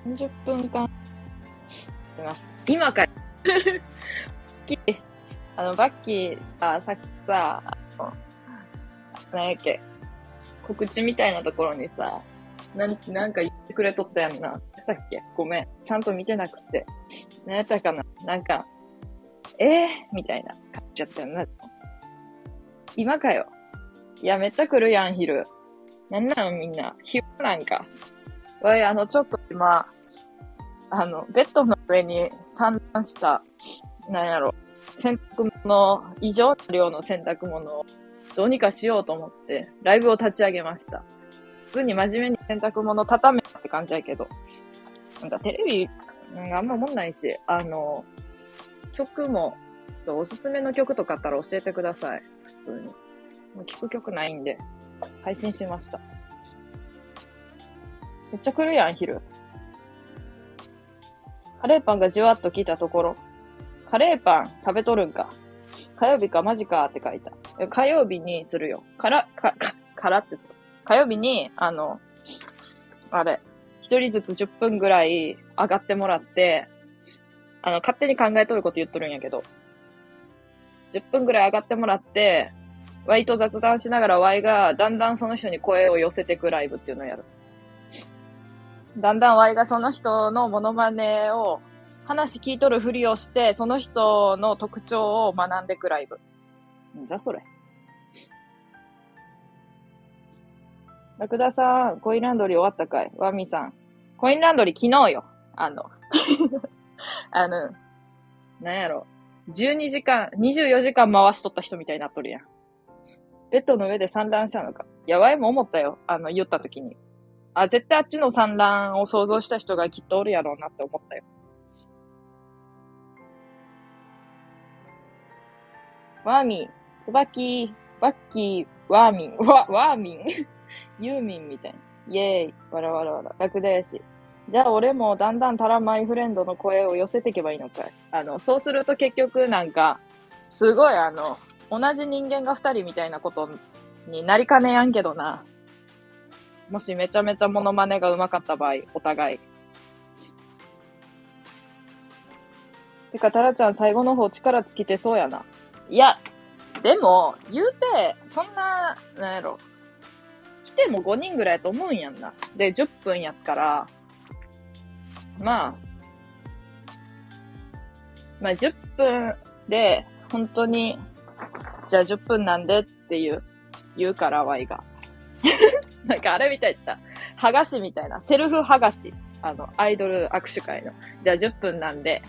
30分間います。今からバッキーさ、さっきさ、なんやっけ、告知みたいなところにさ、なんか言ってくれとったやんな。したっけごめん。ちゃんと見てなくて。なんやったかななんか、みたいな感じやったよな。今かよ。いや、めっちゃ来るやん、昼。なんなんみんな。昼なんか。わい、ちょっと今、ベッドの上に散乱した、なんやろ、洗濯物、異常な量の洗濯物をどうにかしようと思って、ライブを立ち上げました。普通に真面目に洗濯物畳めって感じやけど、なんかテレビ、あんま思んないし、曲も、ちょっとおすすめの曲とかあったら教えてください。普通に。もう聞く曲ないんで、配信しました。めっちゃ来るやん、昼。カレーパンがじわっと来たところ、カレーパン食べとるんか。火曜日か、マジかって書いた。火曜日にするよ。からって火曜日に、一人ずつ10分ぐらい上がってもらって、勝手に考えとること言っとるんやけど、10分ぐらい上がってもらって、ワイと雑談しながらワイがだんだんその人に声を寄せてくライブっていうのをやる。だんだんワイがその人のモノマネを話聞いとるふりをして、その人の特徴を学んでくライブ。んじゃそれ。ラクダさん、コインランドリー終わったかいワミさん。コインランドリー昨日よ。なんやろ。12時間、24時間回しとった人みたいになっとるやん。ベッドの上で産卵したのか。いや、ワイも思ったよ。言った時に。絶対あっちの産卵を想像した人がきっとおるやろうなって思ったよ。ワーミン、ツバキ、バッキー、ワーミン、ワーミンユーミンみたいな。イェーイ、わらわらわら、楽だやし。じゃあ俺もだんだんタラマイフレンドの声を寄せていけばいいのかい。そうすると結局なんか、すごい同じ人間が二人みたいなことになりかねやんけどな。もしめちゃめちゃモノマネが上手かった場合、お互い。てか、タラちゃん最後の方力尽きてそうやな。いや、でも、言うて、そんな、なんやろ。来ても5人ぐらいやと思うんやんな。で、10分やったら、まあ10分で、本当に、じゃあ10分なんでって言うから、ワイが。なんかあれみたいっちゃ、剥がしみたいな、セルフ剥がし。アイドル握手会の。じゃあ10分なんで。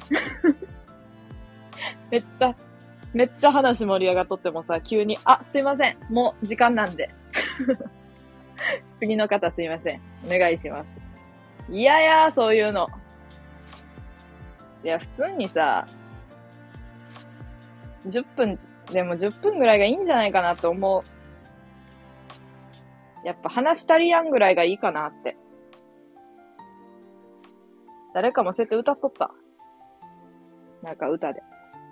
めっちゃ話盛り上がっとってもさ、急に、すいません。もう時間なんで。次の方すいません。お願いします。いや、そういうの。いや、普通にさ、10分、でも10分ぐらいがいいんじゃないかなと思う。やっぱ話足りやんぐらいがいいかなって。誰かもそうやって歌っとった。なんか歌で。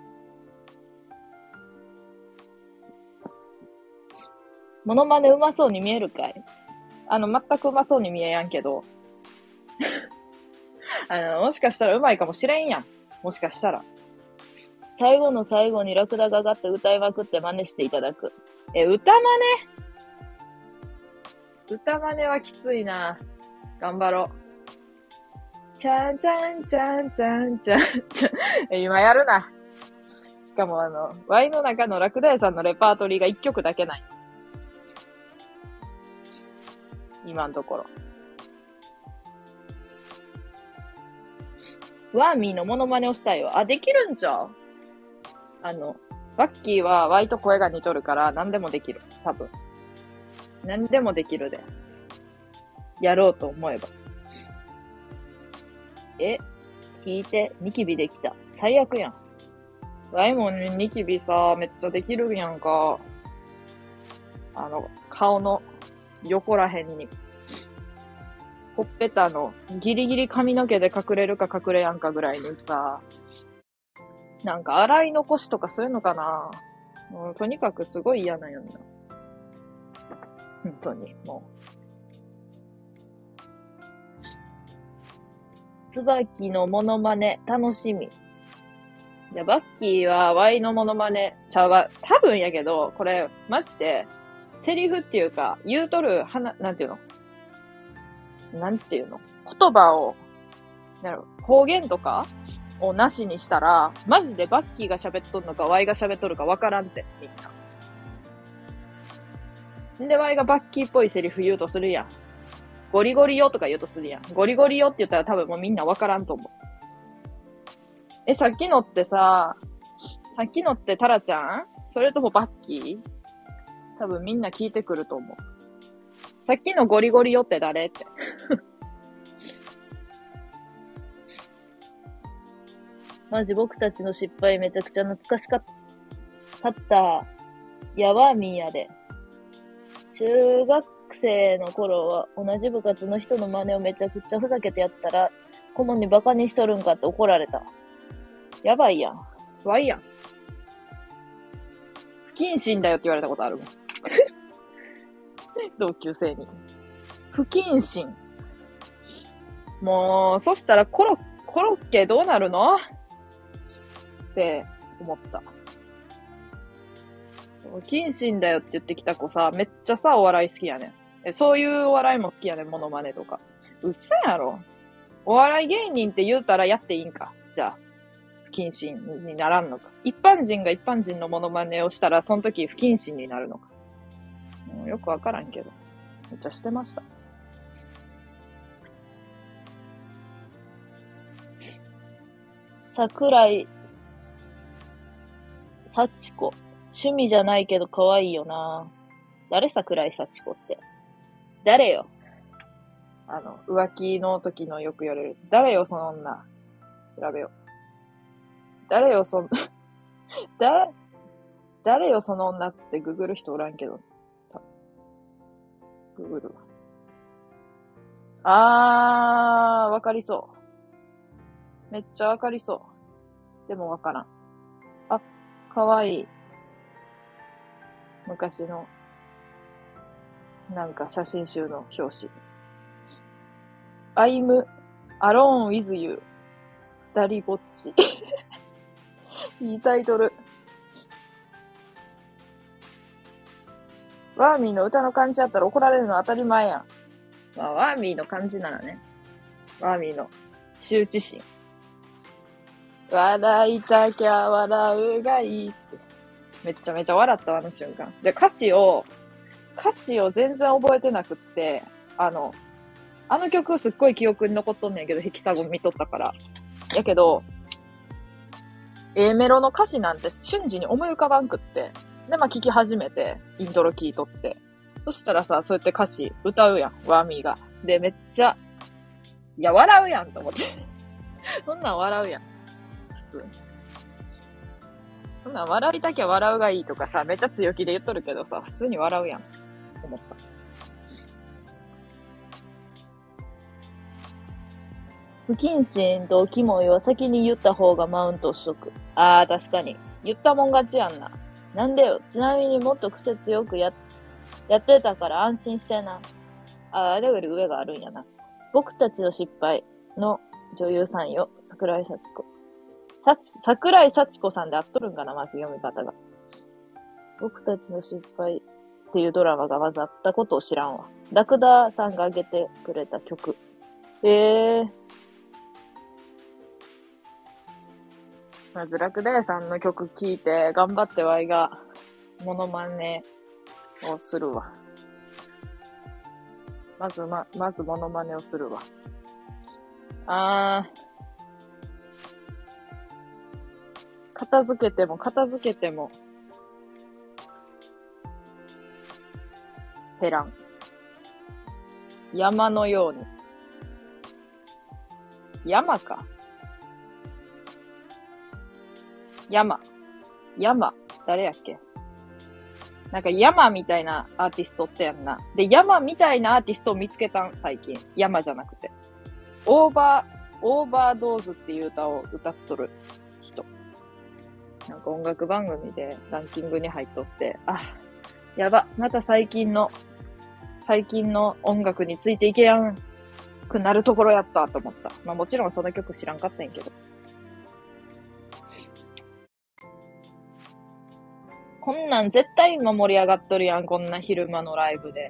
モノマネうまそうに見えるかい？全くうまそうに見えやんけど。もしかしたらうまいかもしれんやん。もしかしたら。最後の最後にラクダが上がって歌いまくって真似していただく。歌真似はきついな。頑張ろう。ちゃんちゃんちゃんちゃんちゃんちゃん。今やるな。しかもY の中のラクダ屋さんのレパートリーが1曲だけない。今のところ。ワーミーのモノマネをしたいよ。できるんちゃう？バッキーは Y と声が似とるから何でもできる。多分。何でもできるで。やろうと思えば。聞いて、ニキビできた。最悪やん。ワイもニキビさ、めっちゃできるやんか。顔の横らへんに。ほっぺたのギリギリ髪の毛で隠れるか隠れやんかぐらいにさ、なんか洗い残しとかそういうのかな。もうとにかくすごい嫌なんよな。本当に、も椿のモノマネ、楽しみ。いや、バッキーはワイのモノマネちゃうわ。多分やけど、これ、マジで、セリフっていうか、言うとる、なんていうの言葉を、方言とかをなしにしたら、マジでバッキーが喋っとんのか、ワイが喋っとるかわからんって、みんな。で、ワイがバッキーっぽいセリフ言うとするやん。ゴリゴリよとか言うとするやん。ゴリゴリよって言ったら多分もうみんなわからんと思う。さっきのってタラちゃんそれともバッキー多分みんな聞いてくると思う。さっきのゴリゴリよって誰って。マジ僕たちの失敗めちゃくちゃ懐かしかった。やわみやで。中学生の頃は同じ部活の人の真似をめちゃくちゃふざけてやったら、顧問にバカにしとるんかって怒られた。やばいやん。わいやん。不謹慎だよって言われたことあるもん。同級生に。不謹慎。もう、そしたらコロッケどうなるのって思った。不謹慎だよって言ってきた子さ、めっちゃさ、お笑い好きやねん。そういうお笑いも好きやねん、モノマネとか。嘘やろ。お笑い芸人って言うたらやっていいんか。じゃあ、不謹慎にならんのか。一般人が一般人のモノマネをしたら、その時不謹慎になるのか。もうよくわからんけど。めっちゃしてました。桜井幸子。趣味じゃないけど可愛いよな。誰桜井幸子って。誰よ。浮気の時のよく言われるやつ。誰よ、その女。調べよう。誰よ、誰よ、その女っつってググる人おらんけど。ググるわ。わかりそう。めっちゃわかりそう。でもわからん。あ、かわいい。昔の、なんか写真集の表紙。I'm alone with you. 二人ぼっち。いいタイトル。ワーミーの歌の感じだったら怒られるのは当たり前やん。まあ、ワーミーの感じならね。ワーミーの羞恥心。笑いたきゃ笑うがいいって。めちゃめちゃ笑ったわ、あの瞬間。で、歌詞を全然覚えてなくって、あの曲すっごい記憶に残っとんねんけど、ヘキサゴン見とったから。やけど、A メロの歌詞なんて瞬時に思い浮かばんくって。で、まあ、聞き始めて、イントロ聞いとって。そしたらさ、そうやって歌詞歌うやん、ワーミーが。で、めっちゃ、いや、笑うやんと思って。そんなん笑うやん。普通。そんなん笑いたきゃ笑うがいいとかさ、めっちゃ強気で言っとるけどさ、普通に笑うやん。思った。不謹慎とキモいは先に言った方がマウントしとく。確かに。言ったもん勝ちやんな。なんでよ。ちなみにもっと癖強くやってたから安心してな。あれより上があるんやな。僕たちの失敗の女優さんよ。桜井幸子。桜井幸子さんで合っとるんかな、まず読み方が。僕たちの失敗っていうドラマがまずあったことを知らんわ。ラクダさんが挙げてくれた曲。まずラクダ屋さんの曲聴いて、頑張ってワイがモノマネをするわ。まずモノマネをするわ。片付けても、減らん。山のように。山か。山。誰やっけ？なんか山みたいなアーティストってやんな。で、山みたいなアーティストを見つけたん、最近。山じゃなくて。オーバードーズっていう歌を歌っとる人。なんか音楽番組でランキングに入っとって、やば、また最近の音楽についていけやん。 くなるところやったと思った。まあもちろんその曲知らんかったんやけど。こんなん絶対今盛り上がっとるやん、こんな昼間のライブで。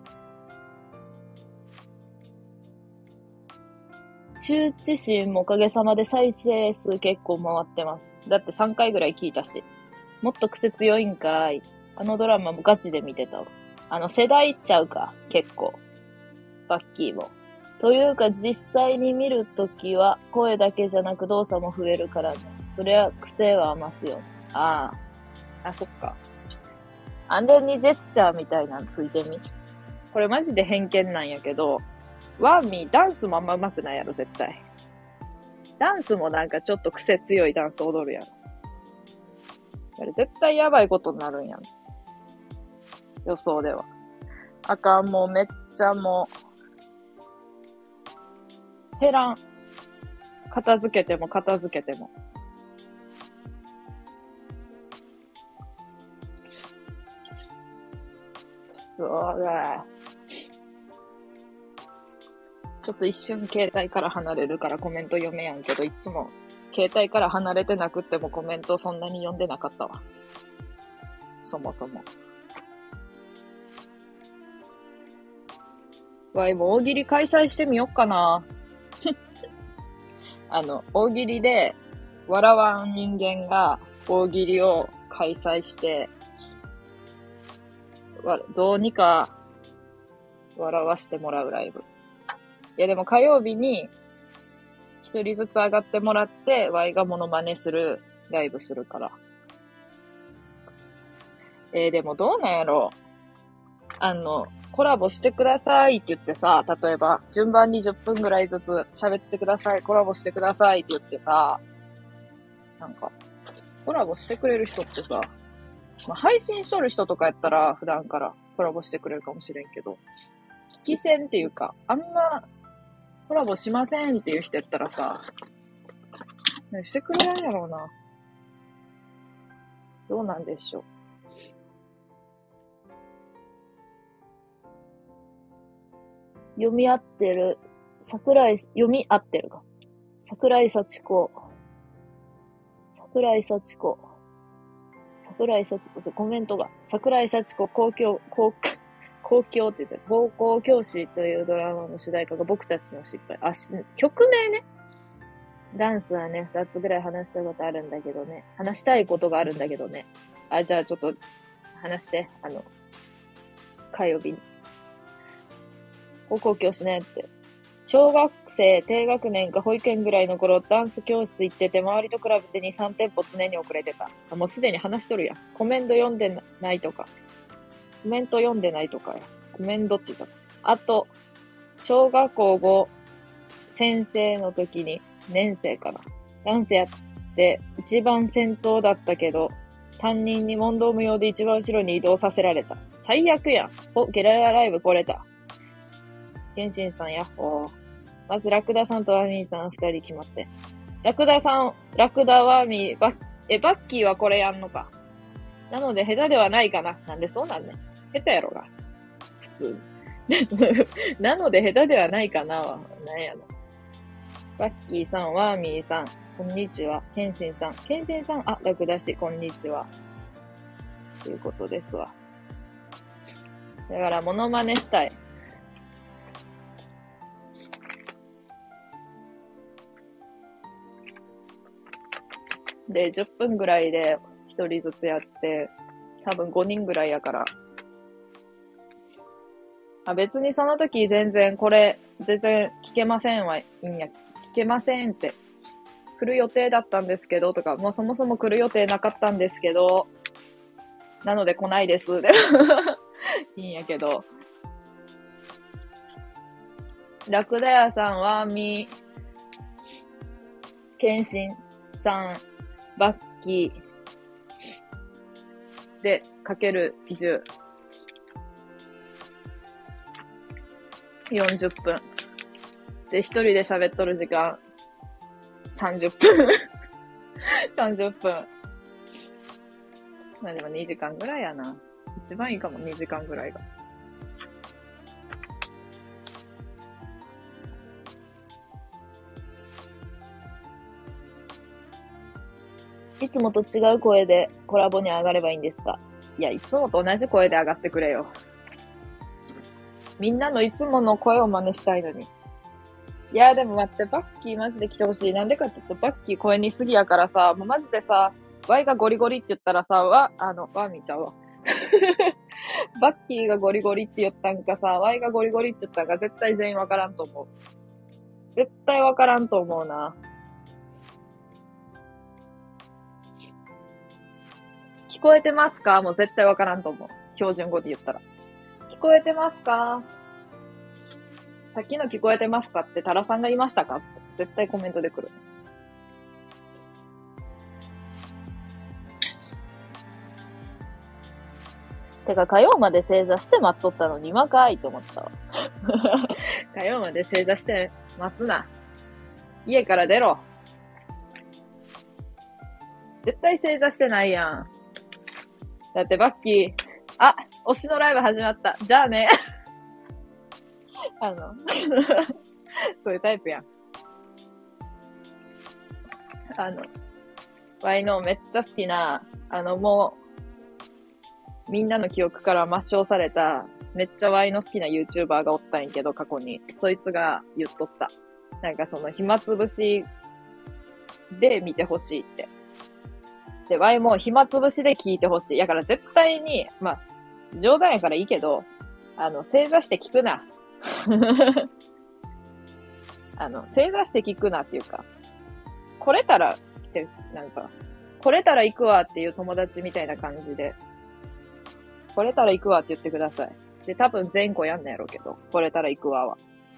羞恥心もおかげさまで再生数結構回ってます。だって3回ぐらい聞いたし。もっと癖強いんかい。あのドラマもガチで見てたわ。世代ちゃうか、結構。バッキーも。というか実際に見るときは声だけじゃなく動作も増えるからね。そりゃ癖は増すよ。ああ、そっか。安全にジェスチャーみたいなのついてみ。これマジで偏見なんやけど、ワーミーダンスもあんま上手くないやろ、絶対。ダンスもなんかちょっと癖強いダンス踊るやろ。あれ絶対やばいことになるんやん。予想では。あかん、もうめっちゃもう、減らん。片付けても片付けても。そうだ。ちょっと一瞬携帯から離れるからコメント読めやんけど、いつも携帯から離れてなくってもコメントそんなに読んでなかったわ。そもそも。わい、もう大喜利開催してみよっかな。大喜利で、笑わん人間が大喜利を開催して、どうにか笑わしてもらうライブ。いやでも火曜日に一人ずつ上がってもらって、ワイがモノマネするライブするから。でもどうなんやろコラボしてくださいって言ってさ、例えば順番に10分ぐらいずつ喋ってください、コラボしてくださいって言ってさ、なんか、コラボしてくれる人ってさ、まあ、配信しとる人とかやったら普段からコラボしてくれるかもしれんけど、聞き戦っていうか、あんまコラボしませんっていう人やったらさ、してくれないんやろうな。どうなんでしょう。読み合ってる。読み合ってるか。桜井幸子。コメントが。桜井幸子、公共って言っちゃう。高校教師というドラマの主題歌が僕たちの失敗。曲名ね。ダンスはね、2つぐらい話したことあるんだけどね。話したいことがあるんだけどね。じゃあちょっと、話して。火曜日に。高校教師ねって。小学生、低学年か保育園ぐらいの頃、ダンス教室行ってて、周りと比べて2、3店舗常に遅れてた。もうすでに話しとるやん。コメント読んでないとかや。コメントって言っちゃった。あと、小学校5、先生の時に、年生かな。ダンスやって、一番先頭だったけど、担任に問答無用で一番後ろに移動させられた。最悪やん。ゲラライブ来れた。天心さんやっほー。まず、ラクダさんとワーミーさん二人決まって。ラクダ、ワーミー、バッキーはこれやんのか。なので、下手ではないかな。なんでそうなんねん。下手やろが。普通に。なので、下手ではないかなは、なんやろ。バッキーさん、ワーミーさん、こんにちは。天心さん、ラクダ氏、こんにちは。ということですわ。だから、モノマネしたい。で、10分ぐらいで1人ずつやって、多分5人ぐらいやから。別にその時全然聞けませんはいいんや。聞けませんって。来る予定だったんですけどとか、もうそもそも来る予定なかったんですけど、なので来ないです。でいいんやけど。ラクダ屋さんはケンシンさん、バッキーで、かける10。40分。で、一人で喋っとる時間、30分。30分。まあでも2時間ぐらいやな。一番いいかも、2時間ぐらいが。 いつもと違う声でコラボに上がればいいんですか？いや、いつもと同じ声で上がってくれよ。みんなのいつもの声を真似したいのに。いや、でも待って、バッキーマジで来てほしい。なんでかって言うと、バッキー声にすぎやからさ、もうマジでさ、ワイがゴリゴリって言ったらさ、ワーミーちゃうわ。バッキーがゴリゴリって言ったんかさ、ワイがゴリゴリって言ったんか絶対全員わからんと思う。絶対わからんと思うな。聞こえてますか？もう絶対わからんと思う。標準語で言ったら。聞こえてますか？さっきの聞こえてますかってタラさんが言いましたか？絶対コメントで来る。てか、火曜まで正座して待っとったのに今かいと思ったわ。火曜まで正座して待つな。家から出ろ。絶対正座してないやん。だってバッキー、推しのライブ始まった。じゃあね。そういうタイプやん。ワイのめっちゃ好きな、もう、みんなの記憶から抹消された、めっちゃワイの好きな YouTuber がおったんやけど、過去に。そいつが言っとった。なんかその暇つぶしで見てほしいって。で、ワイも暇つぶしで聞いてほしい。だから絶対に、まあ、冗談やからいいけど、正座して聞くな。正座して聞くなっていうか、来れたら、なんか、来れたら行くわっていう友達みたいな感じで、来れたら行くわって言ってください。で、多分前後やんのやろうけど、来れたら行くわは。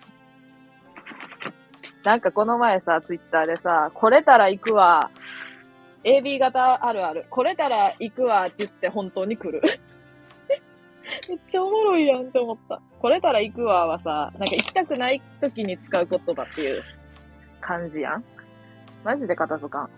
なんかこの前さ、ツイッターでさ、来れたら行くわ、AB 型あるある、来れたら行くわって言って本当に来る。めっちゃおもろいやんって思った。来れたら行くわはさ、なんか行きたくない時に使う言葉っていう感じやん。マジで片付かん。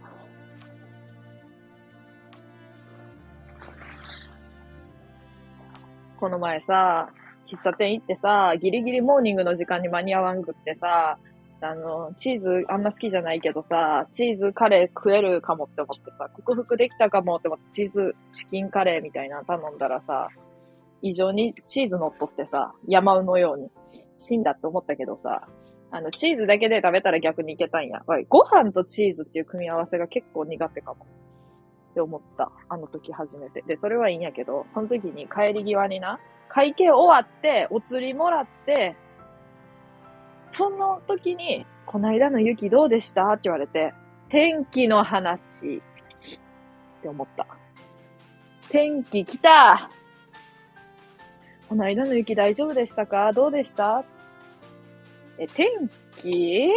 この前さ、喫茶店行ってさ、ギリギリモーニングの時間に間に合わんくってさ、チーズあんま好きじゃないけどさ、チーズカレー食えるかもって思ってさ、克服できたかもって思ってチキンカレーみたいなの頼んだらさ、異常にチーズ乗っとってさ、山のように死んだって思ったけどさ、チーズだけで食べたら逆にいけたんや。ご飯とチーズっていう組み合わせが結構苦手かも。って思った。あの時初めて。で、それはいいんやけど、その時に帰り際にな、会計終わって、お釣りもらって、その時に、こないだの雪どうでしたって言われて、天気の話って思った。天気来た。こないだの雪大丈夫でしたか？どうでした？天気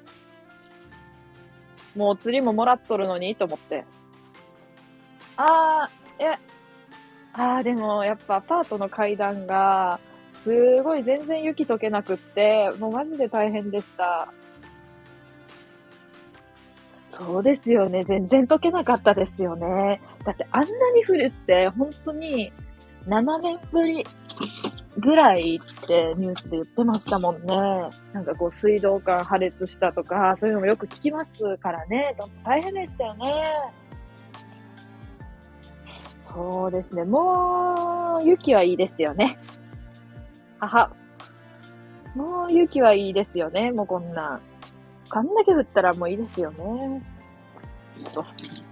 もうお釣りももらっとるのにと思って。でも、やっぱアパートの階段が、すごい全然雪溶けなくって、もうマジで大変でした。そうですよね。全然溶けなかったですよね。だってあんなに降るって、本当に7年ぶりぐらいってニュースで言ってましたもんね。なんかこう水道管破裂したとか、そういうのもよく聞きますからね。大変でしたよね。そうですね。もう、雪はいいですよね。もう雪はいいですよね。もうこんな。こんだけ降ったらもういいですよね。ちょっと。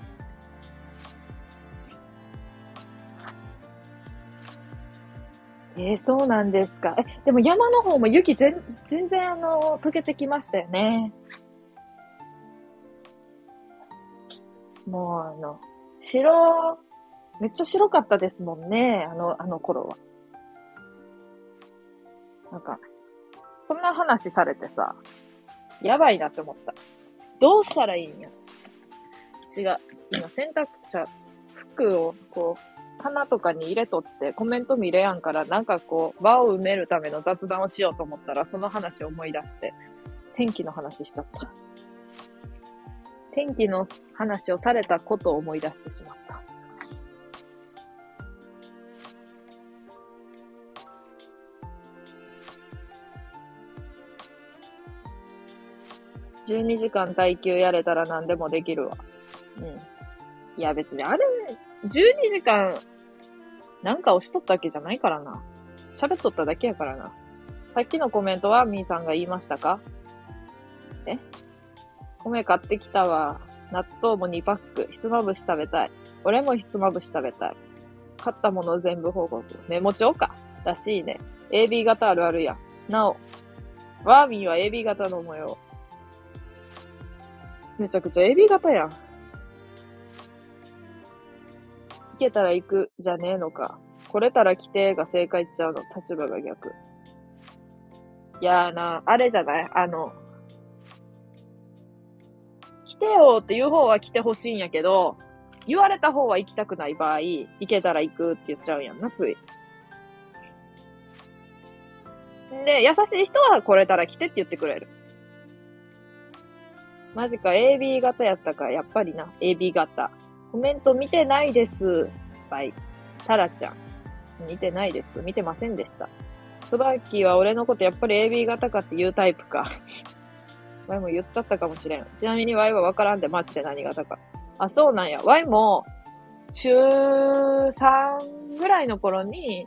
そうなんですか。でも山の方も雪全然溶けてきましたよね。もうめっちゃ白かったですもんね。あの頃は。なんか、そんな話されてさ、やばいなって思った。どうしたらいいんや。違う。今服をこう、棚とかに入れとってコメント見れやんから、なんかこう、場を埋めるための雑談をしようと思ったら、その話を思い出して、天気の話しちゃった。天気の話をされたことを思い出してしまった。12時間耐久やれたら何でもできるわ。うん。 いや別にあれ、12時間なんか押しとったわけじゃないからな。喋っとっただけやからな。さっきのコメントはみーさんが言いましたか？米買ってきたわ。納豆も2パック。ひつまぶし食べたい。俺もひつまぶし食べたい。買ったものを全部報告。メモ帳からしいね。AB 型あるあるやん。なお、ワーミーは AB 型の模様。めちゃくちゃ AB 型やん。行けたら行くじゃねえのか。来れたら来てが正解っちゃうの。立場が逆。いやーな、あれじゃない？来てよって言う方は来てほしいんやけど、言われた方は行きたくない場合、行けたら行くって言っちゃうんやんな、つい。で、優しい人は来れたら来てって言ってくれる。マジか、AB 型やったか、やっぱりな、AB 型。コメント見てないです。バイ。タラちゃん。見てないです。見てませんでした。つばきは俺のことやっぱり AB 型かっていうタイプか。ワイも言っちゃったかもしれん。ちなみにワイはわからんで、マジで何型か。あ、そうなんや。ワイも、中3ぐらいの頃に、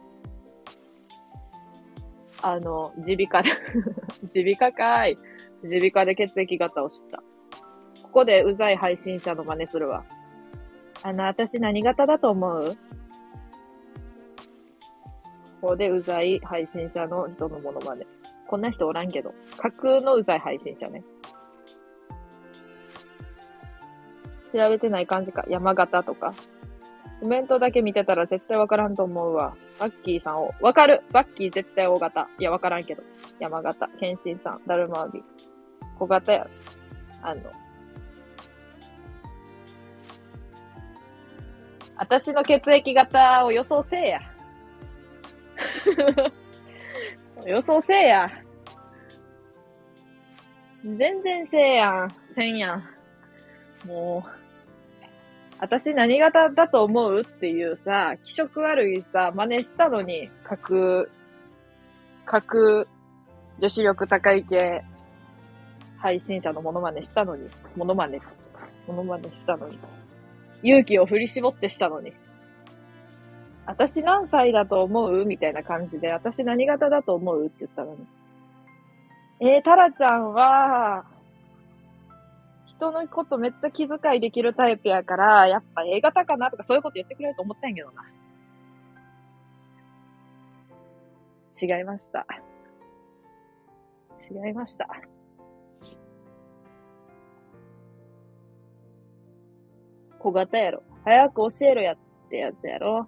耳鼻科で耳鼻科かい。耳鼻科で血液型を知った。ここでうざい配信者の真似するわ。私何型だと思う？ここでうざい配信者の人のものまね。こんな人おらんけど。架空のうざい配信者ね。調べてない感じか。山形とか。コメントだけ見てたら絶対わからんと思うわ。バッキーさんを。わかる！バッキー絶対大型。いや、わからんけど。山形。ケンシンさん。ダルマービー。小型や。私の血液型を予想せえや。予想せえや。全然せえやん。せんやん。もう、私何型だと思うっていうさ、気色悪いさ、真似したのに、女子力高い系配信者のモノマネしたのに、モノマネしたのに、勇気を振り絞ってしたのに、私何歳だと思うみたいな感じで、私何型だと思うって言ったのに。タラちゃんは、人のことめっちゃ気遣いできるタイプやから、やっぱ A 型かなとかそういうこと言ってくれると思ったんやけどな。違いました。違いました。小型やろ。早く教えろやってやつやろ。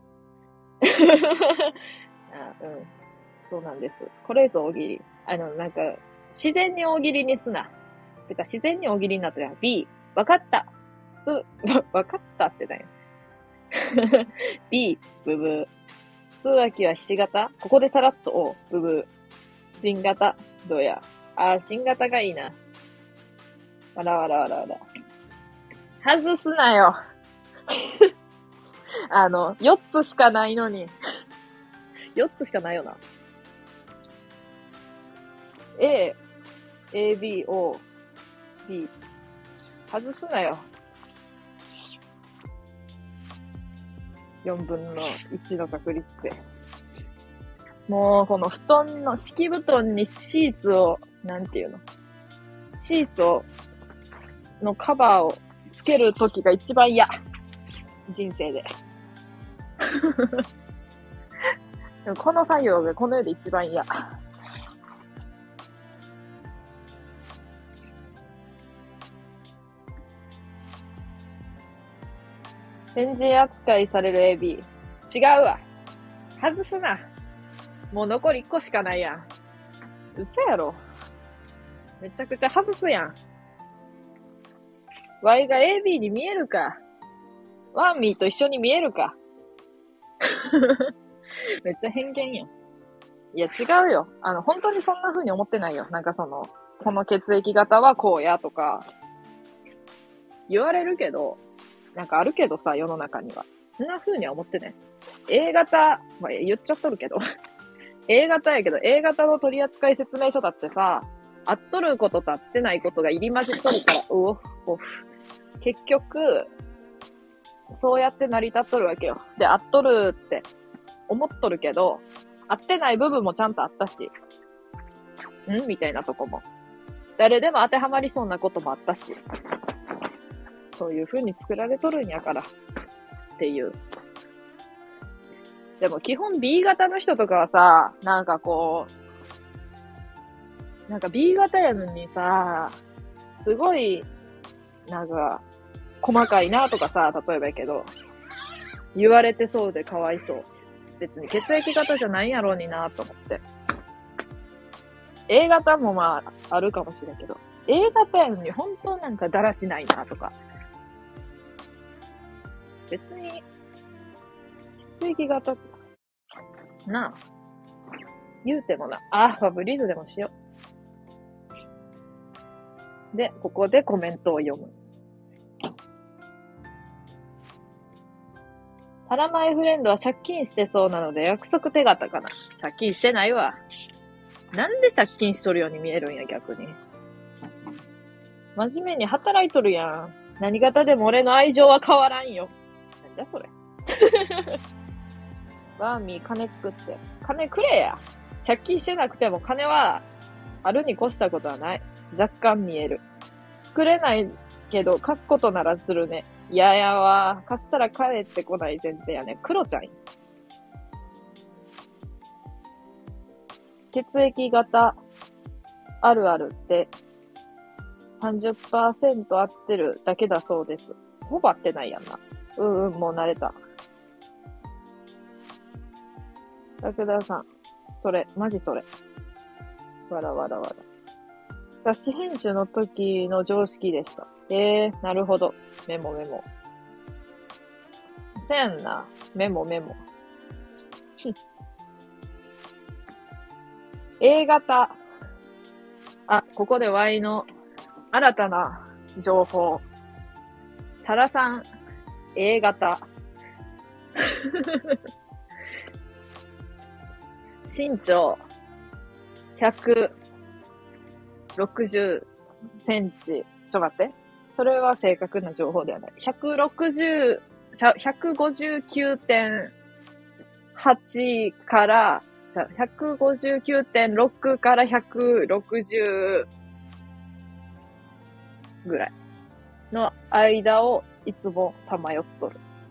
そうなんです。これぞ大喜利。なんか、自然に大喜利にすな。てか、自然に大喜利になったら B。わかった。わかったってだよ。B、ブブー。通秋はひし形？ここでさらっと O、ブブー。新型、どうや。新型がいいな。わらわらわらわら。外すなよ。4つしかないのに。4つしかないよな。A、A、B、O、B。外すなよ。4分の1の確率で。もう、この敷布団にシーツを、なんていうの？シーツのカバーをつけるときが一番嫌。人生で。でもこの作業がこの世で一番嫌。変人扱いされる AB。違うわ。外すな。もう残り1個しかないやん。嘘やろ。めちゃくちゃ外すやん。Y が AB に見えるか。ワンミーと一緒に見えるか。めっちゃ偏見やん。いや違うよ。本当にそんな風に思ってないよ。なんかこの血液型はこうやとか、言われるけど、なんかあるけどさ、世の中には。そんな風には思ってない。A 型、まあ、言っちゃっとるけど。A 型やけど、A 型の取扱説明書だってさ、合っとることと合ってないことが入り混じっとるから、結局、 そうやって成り立っとるわけよ。で、合っとるって思っとるけど、合ってない部分もちゃんとあったし、みたいなとこも。誰でも当てはまりそうなこともあったし、そういう風に作られとるんやから、っていう。でも基本 B 型の人とかはさ、なんかこう、なんか B 型やのにさ、すごい、なんか、細かいなとかさ、例えばやけど、言われてそうでかわいそう。別に血液型じゃないんやろうになと思って。A 型もまあ、あるかもしれんけど、A 型やのに本当なんかだらしないなとか。別に、血液型、なあ、言うてもな、ファブリーズでもしよう。で、ここでコメントを読む。パラマイフレンドは借金してそうなので約束手形かな。借金してないわ。なんで借金しとるように見えるんや、逆に。真面目に働いとるやん。何型でも俺の愛情は変わらんよ。なんじゃそれ。バーミー金作って。金くれや。借金してなくても金はあるに越したことはない。若干見える。作れないけど貸すことならするね。いややわ。貸したら帰ってこない前提やね。クロちゃん。血液型あるあるって30% 合ってるだけだそうです。ほぼ合ってないやんな。もう慣れた。ラダさん。それ、マジそれ。わらわらわら。雑誌編集の時の常識でした。なるほど。メモメモ。せやんな。メモメモ。A 型。ここで Y の新たな情報。タラさん、A 型。身長、160センチ。待って。それは正確な情報ではない。159.8 から、159.6 から160ぐらいの間をいつもさまよっとる。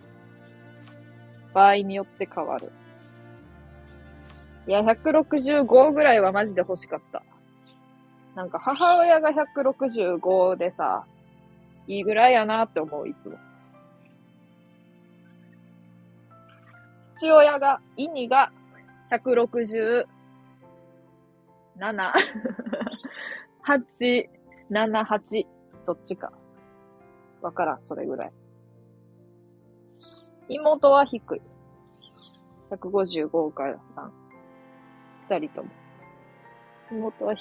場合によって変わる。いや、165ぐらいはマジで欲しかった。なんか母親が165でさ、いいぐらいやなって思う、いつも。父親が、イニが167、8、7、8、どっちか。わからん、それぐらい。妹は低い。155から3。二人とも。妹は低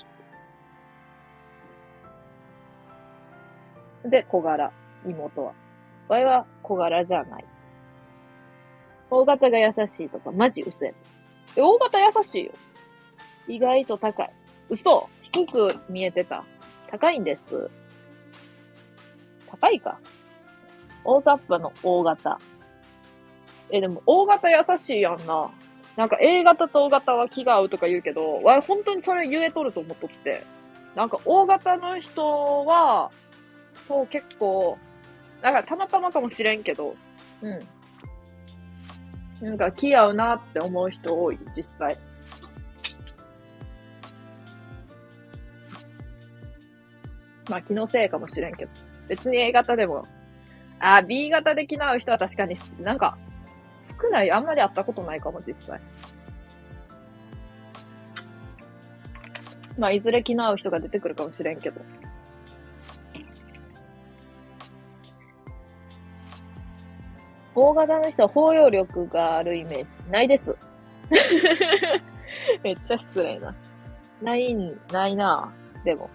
い。で、小柄。妹は。場合は小柄じゃない。大型が優しいとか、マジ嘘や。大型優しいよ。意外と高い。嘘。低く見えてた。高いんです。高いか。大雑把の大型。でも大型優しいやんな。なんか A 型と O 型は気が合うとか言うけど、本当にそれ言えとると思っとって。なんか O 型の人は、結構、なんかたまたまかもしれんけど、なんか気合うなって思う人多い、実際。まあ気のせいかもしれんけど。別に A 型でも。B 型で気の合う人は確かになんか少ない。あんまり会ったことないかも、実際。まあいずれ気の合う人が出てくるかもしれんけど。大型の人は包容力があるイメージ。ないです。めっちゃ失礼な。ないなぁ。でも。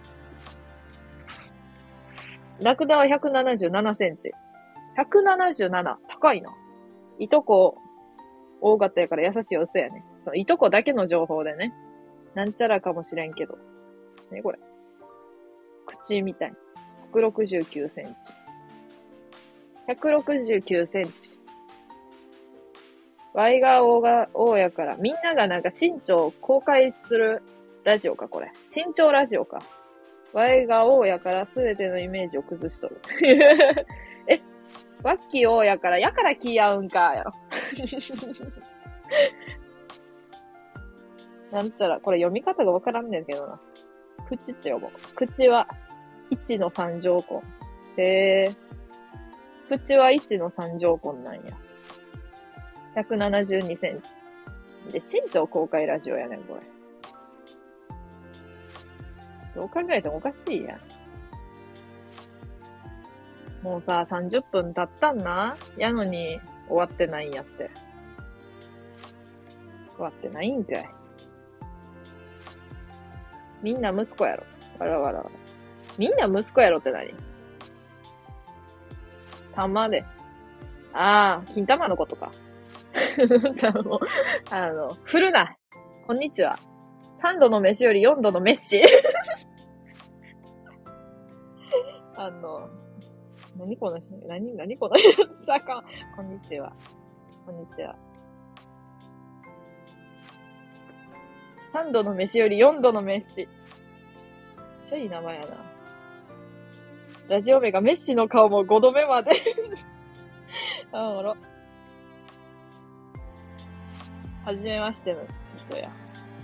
ラクダは177センチ。177。高いな。いとこ、大型やから優しいお嘘やね。そのいとこだけの情報でね。なんちゃらかもしれんけど。ね、これ。口みたい。169センチ。 169センチ。Y が O やから、みんながなんか身長公開するラジオか、これ。身長ラジオか。Y が O やから、すべてのイメージを崩しとる。え、ワッキー O やから気合うんか、やろ。なんちゃら、これ読み方がわからんねんけどな。口って呼ぼう。口は1の3乗根。へー。口は1の3乗根なんや。172センチ。で、身長公開ラジオやねん、これ。どう考えてもおかしいやん。もうさ、30分経ったんな。やのに、終わってないんやって。終わってないんかい。みんな息子やろ。わらわらわら。みんな息子やろって何？玉で。ああ、金玉のことか。じゃあもう、振るな。こんにちは。3度の飯より4度の飯。何このさか。こんにちは。こんにちは。3度の飯より4度の飯。めっちゃいい名前やな。ラジオ名がメッシの顔も5度目まで。あおもろ。はじめましての人や。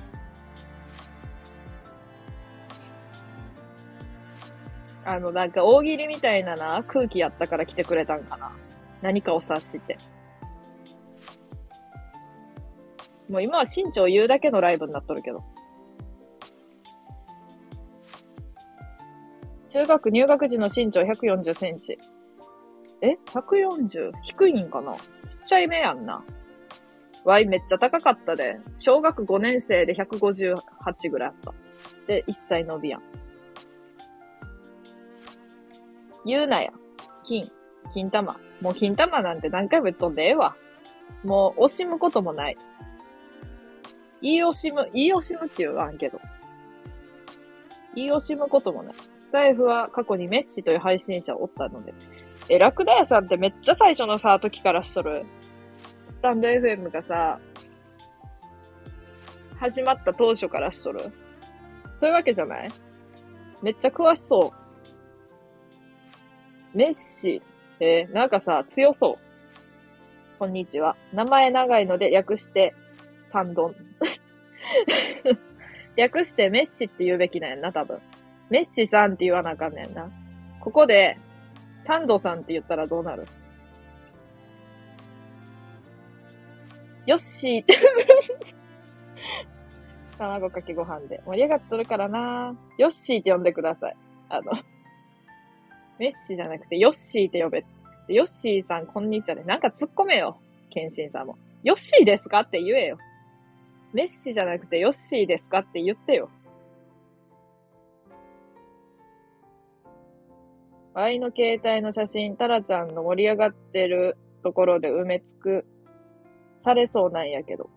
なんか大喜利みたいなな、空気やったから来てくれたんかな。何かを察して。もう今は身長言うだけのライブになっとるけど。中学入学時の身長140センチ。140? 低いんかな？ちっちゃい目やんな。わいめっちゃ高かったで。小学5年生で158ぐらいあった。で、1歳伸びやん。言うなや。金玉。もう金玉なんて何回も言っとんでええわ。もう惜しむこともない。言い惜しむって言わんけど。言い惜しむこともない。スタイフは過去にメッシという配信者おったので。ラクダ屋さんってめっちゃ最初のさ、時からしとる。スタンド FM がさ、始まった当初からしとる。そういうわけじゃない？めっちゃ詳しそう。メッシ。なんかさ、強そう。こんにちは。名前長いので略してサンドン。略してメッシって言うべきなんやんな、多分。メッシさんって言わなあかんねんな。ここで、サンドさんって言ったらどうなる？ヨッシーって。卵かけご飯で。盛り上がっとるからな。ヨッシーって呼んでください。メッシじゃなくてヨッシーって呼べ。ヨッシーさんこんにちはで。なんか突っ込めよ。ケンシンさんも。ヨッシーですかって言えよ。メッシじゃなくてヨッシーですかって言ってよ。ワイの携帯の写真、タラちゃんの盛り上がってるところで埋め尽くされそうなんやけど。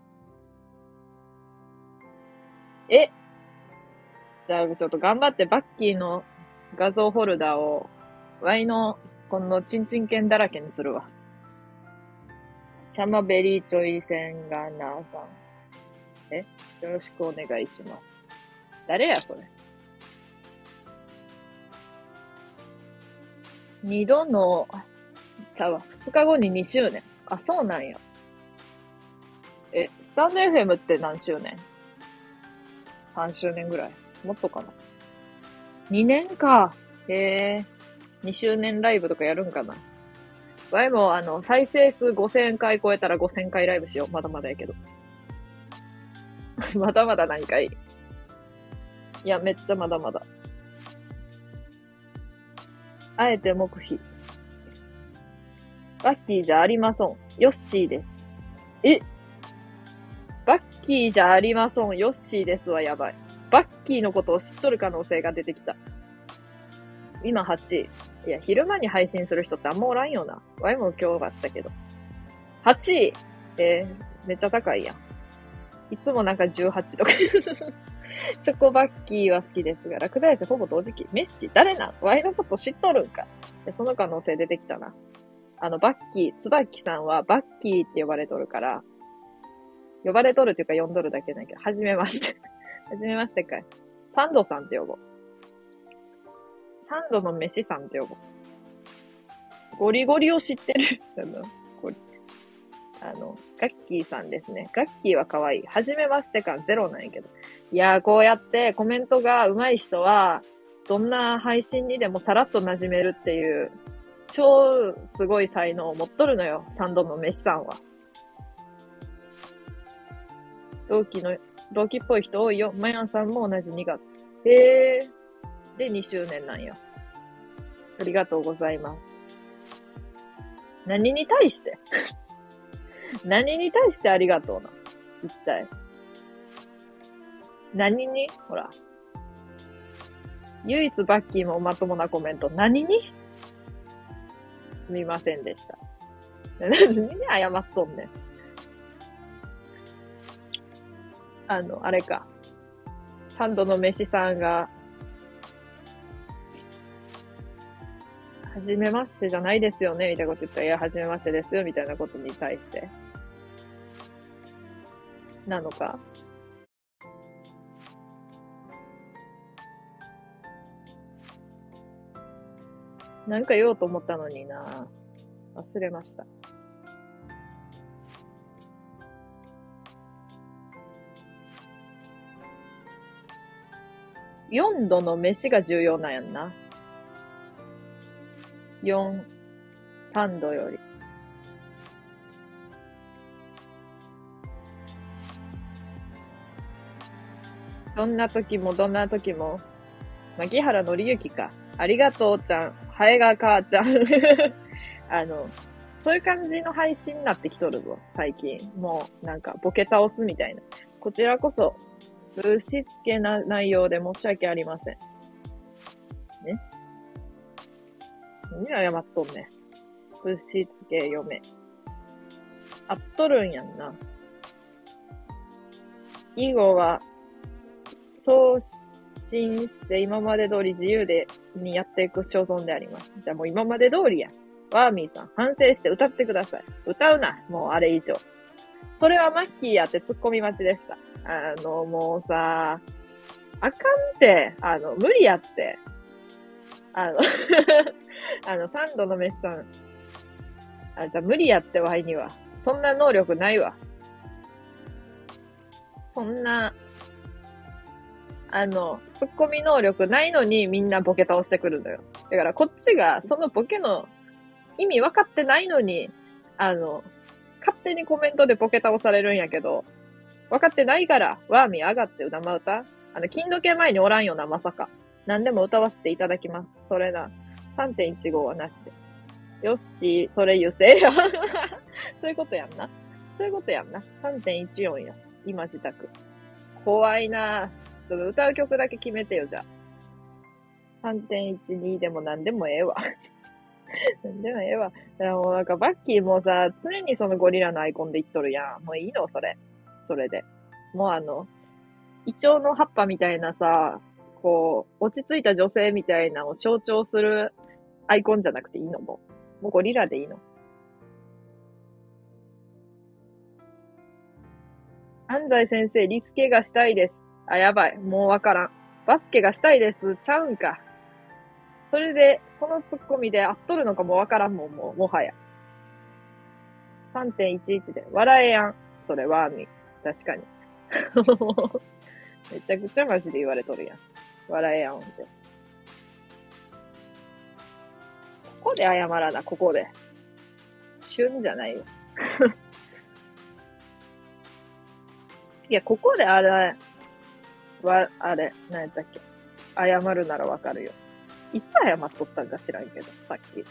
じゃあちょっと頑張ってバッキーの画像フォルダをワイのこのチンチン犬だらけにするわ。シャマベリーチョイセンガナーさん。よろしくお願いします。誰やそれ。2度の、2日後に2周年。あ、そうなんや。スタンド FM って何周年？ 3 周年ぐらい。もっとかな。2年か。2周年ライブとかやるんかな。わいも再生数5000回超えたら5000回ライブしよう。まだまだやけど。まだまだ何回？いや、めっちゃまだまだ。あえて黙秘。バッキーじゃありません。ヨッシーです。バッキーじゃありません。ヨッシーですはやばい。バッキーのことを知っとる可能性が出てきた。今8位。いや、昼間に配信する人ってあんまおらんよな。ワイも今日はしたけど。8位。めっちゃ高いやん。いつもなんか18とか。チョコバッキーは好きですが、ラクダヤシほぼ同時期。メッシ誰なん？ワイのこと知っとるんか。その可能性出てきたな。 バッキー、つばきさんはバッキーって呼ばれとるから、呼ばれとるっていうか呼んどるだけだけど、はじめまして。はじめましてかい。サンドさんって呼ぼう。サンドの飯さんって呼ぼう。ゴリゴリを知ってる。ガッキーさんですね。ガッキーは可愛い。はじめまして感ゼロなんやけど。いやー、こうやってコメントが上手い人は、どんな配信にでもさらっと馴染めるっていう、超すごい才能を持っとるのよ。サンドの飯さんは。同期っぽい人多いよ。マヤンさんも同じ2月。で、2周年なんや。ありがとうございます。何に対して何に対してありがとうな。一体。何にほら。唯一バッキーもまともなコメント。何にすみませんでした。何に謝っとんねん。あれか。サンドの飯さんが、はじめましてじゃないですよねみたいなこと言ったら、いや、はじめましてですよみたいなことに対して。なのか。なんか言おうと思ったのにな。忘れました。4度の飯が重要なんやんな。4、3度より。どんな時も、牧原紀之か。ありがとうちゃん。ハエが母ちゃん。そういう感じの配信になってきとるぞ、最近。もう、なんか、ボケ倒すみたいな。こちらこそ、ぶしつけな内容で申し訳ありません。ね。何謝っとんねん。ぶしつけ嫁。あっとるんやんな。以後は、送信して今まで通り自由にやっていく所存であります。じゃあもう今まで通りや。ワーミーさん、反省して歌ってください。歌うな。もうあれ以上。それはマッキーやって突っ込み待ちでした。もうさ、あかんって、無理やって。サンドのメスさん。じゃあ無理やってワイには。そんな能力ないわ。そんな、突っ込み能力ないのにみんなボケ倒してくるのよ。だからこっちがそのボケの意味分かってないのに、勝手にコメントでボケ倒されるんやけど、分かってないから、ワーミー上がって生歌金時計前におらんよな、まさか。何でも歌わせていただきます。それな。3.15 はなしで。よっしー、それ優勢や。そういうことやんな。そういうことやんな。3.14 や。今自宅。怖いなぁ。その歌う曲だけ決めてよ、じゃあ。3.12 でも何でもええわ。何でもええわ。だからもうなんかバッキーもさ、常にそのゴリラのアイコンで言っとるやん。もういいのそれ。それで。もうイチョウの葉っぱみたいなさ、こう、落ち着いた女性みたいなのを象徴するアイコンじゃなくていいのもうゴリラでいいの。安西先生、リスケがしたいです。あ、やばい。もうわからん。バスケがしたいです。ちゃうんか。それで、そのツッコミで合っとるのかもわからんもん、もはや。3.11 で。笑えやん。それ、ワーミー。確かに。めちゃくちゃマジで言われとるやん。笑えやんって。ここで謝らな、ここで。旬じゃないよ。いや、ここであれ、何やったっけ。謝るならわかるよ。いつ謝っとったんか知らんけど、さっき。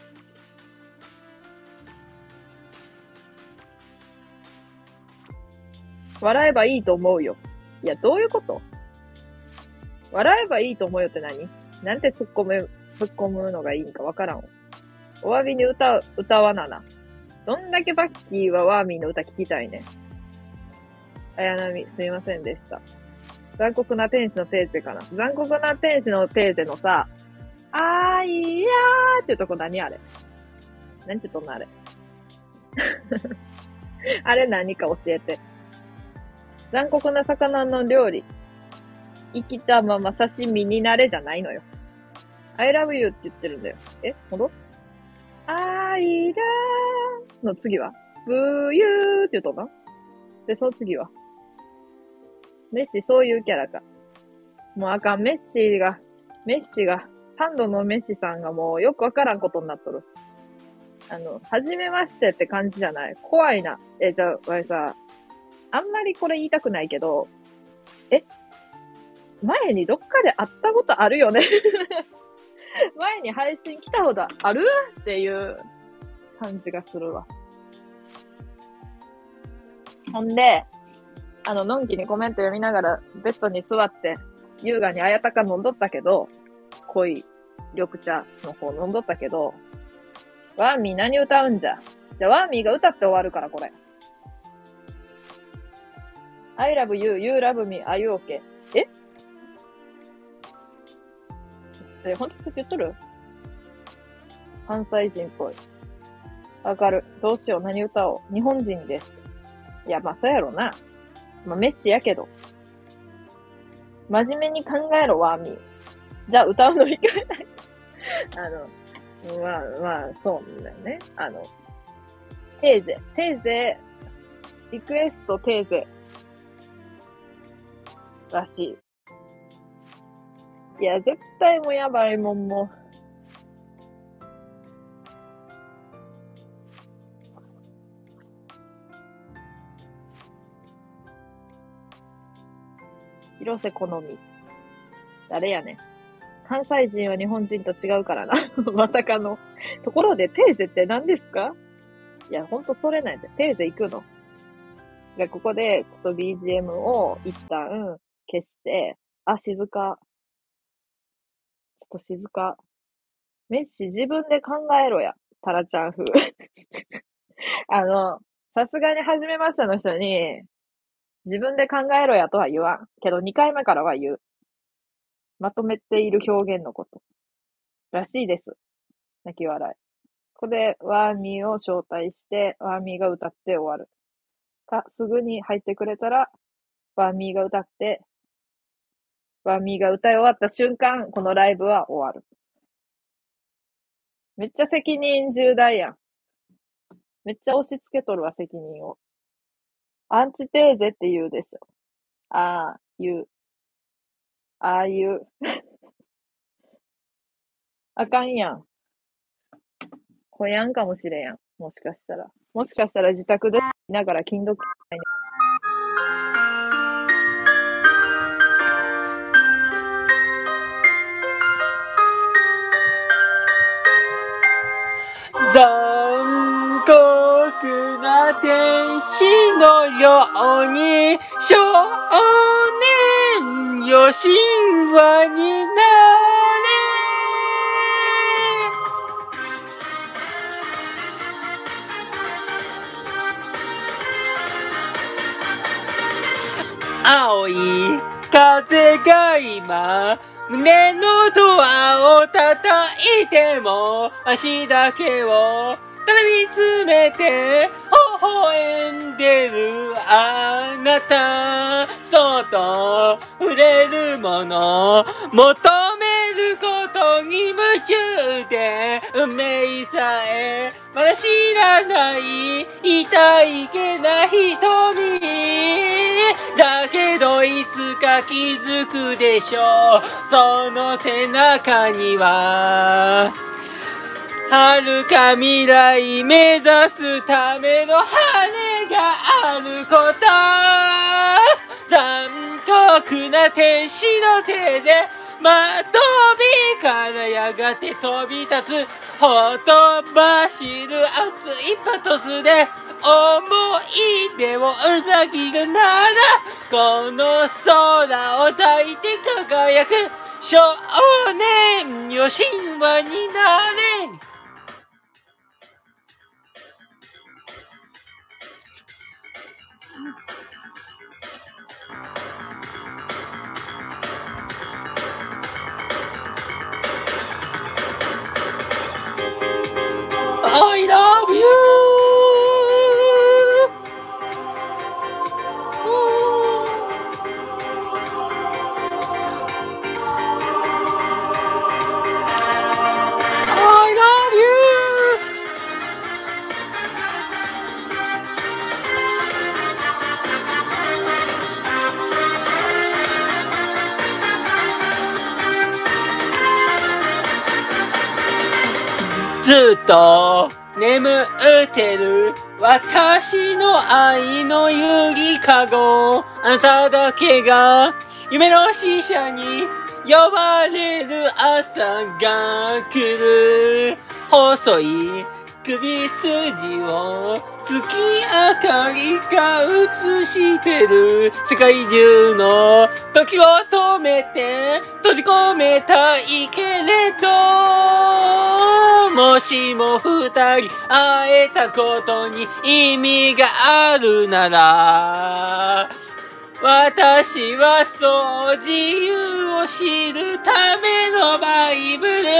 笑えばいいと思うよ。いや、どういうこと？笑えばいいと思うよって何？なんて突っ込むのがいいんかわからん。お詫びに歌わなな。どんだけバッキーはワーミーの歌聞きたいね。綾波、すいませんでした。残酷な天使のテーゼかな。残酷な天使のテーゼのさ、あーいやーっていうとこ何あれ？ なんて言うとんのあれ。あれ何か教えて。残酷な魚の料理。生きたまま刺身になれじゃないのよ。I love you って言ってるんだよ。ほどI love の次はyou って言うとんなで、その次はメッシそういうキャラか。もうあかん、メッシが、サンドのメッシさんがもうよくわからんことになっとる。はじめましてって感じじゃない。怖いな。じゃあ、わいさ、あんまりこれ言いたくないけど、前にどっかで会ったことあるよね。前に配信来たことあるっていう感じがするわ。ほんで、のんきにコメント読みながらベッドに座って、優雅にあやたか飲んどったけど、濃い緑茶の方飲んどったけど、ワーミー何歌うんじゃ。じゃあワーミーが歌って終わるからこれ。I love you, you love me, are you okay? ほんとって言っとる？関西人っぽい。わかる。どうしよう、何歌おう。日本人です。いや、まあ、そうやろな。まあ、メッシやけど。真面目に考えろ、ワーミー。じゃあ、歌うのに変えない。まあ、そうだよね。テーゼ、リクエストテーゼ。らしい。いや、絶対もうやばいもん、もう。広瀬好み。誰やねん。関西人は日本人と違うからな。まさかの。ところで、テーゼって何ですか？いや、ほんとそれないで。テーゼ行くの。じゃあ、ここで、ちょっと BGM を一旦消して、静か。ちょっと静か。メッシ自分で考えろや。タラちゃん風。さすがに初めましての人に、自分で考えろやとは言わん。けど2回目からは言う。まとめている表現のこと。らしいです。泣き笑い。ここでワーミーを招待して、ワーミーが歌って終わる。か、すぐに入ってくれたら、ワーミーが歌って、ワーミーが歌い終わった瞬間、このライブは終わる。めっちゃ責任重大やん。めっちゃ押し付けとるわ、責任を。アンチテーゼって言うでしょ。言う。言う。あかんやん。こやんかもしれんやん。もしかしたら。もしかしたら自宅で見ながら金読に。 残酷な天使のように少年よ神話になれ。青い風が今胸のドアを叩いても足だけをただ見つめて微笑んでるあなた。そっと触れるもの求めることに夢中で運命さえまだ知らない痛いけな瞳だけどいつか気づくでしょう。その背中には遥か未来目指すための羽があること。残酷な天使の手でまとびからやがて飛び立つほとばしる熱いパトスで思い出を裏切るならこの空を抱いて輝く少年よ神話になれ。I love ずっと眠ってる私の愛のゆりかご、あなただけが夢の使者に呼ばれる朝が来る。細い首筋を月明かりが映してる。世界中の時を止めて閉じ込めたいけれど、もしも二人会えたことに意味があるなら、私はそう自由を知るためのバイブル。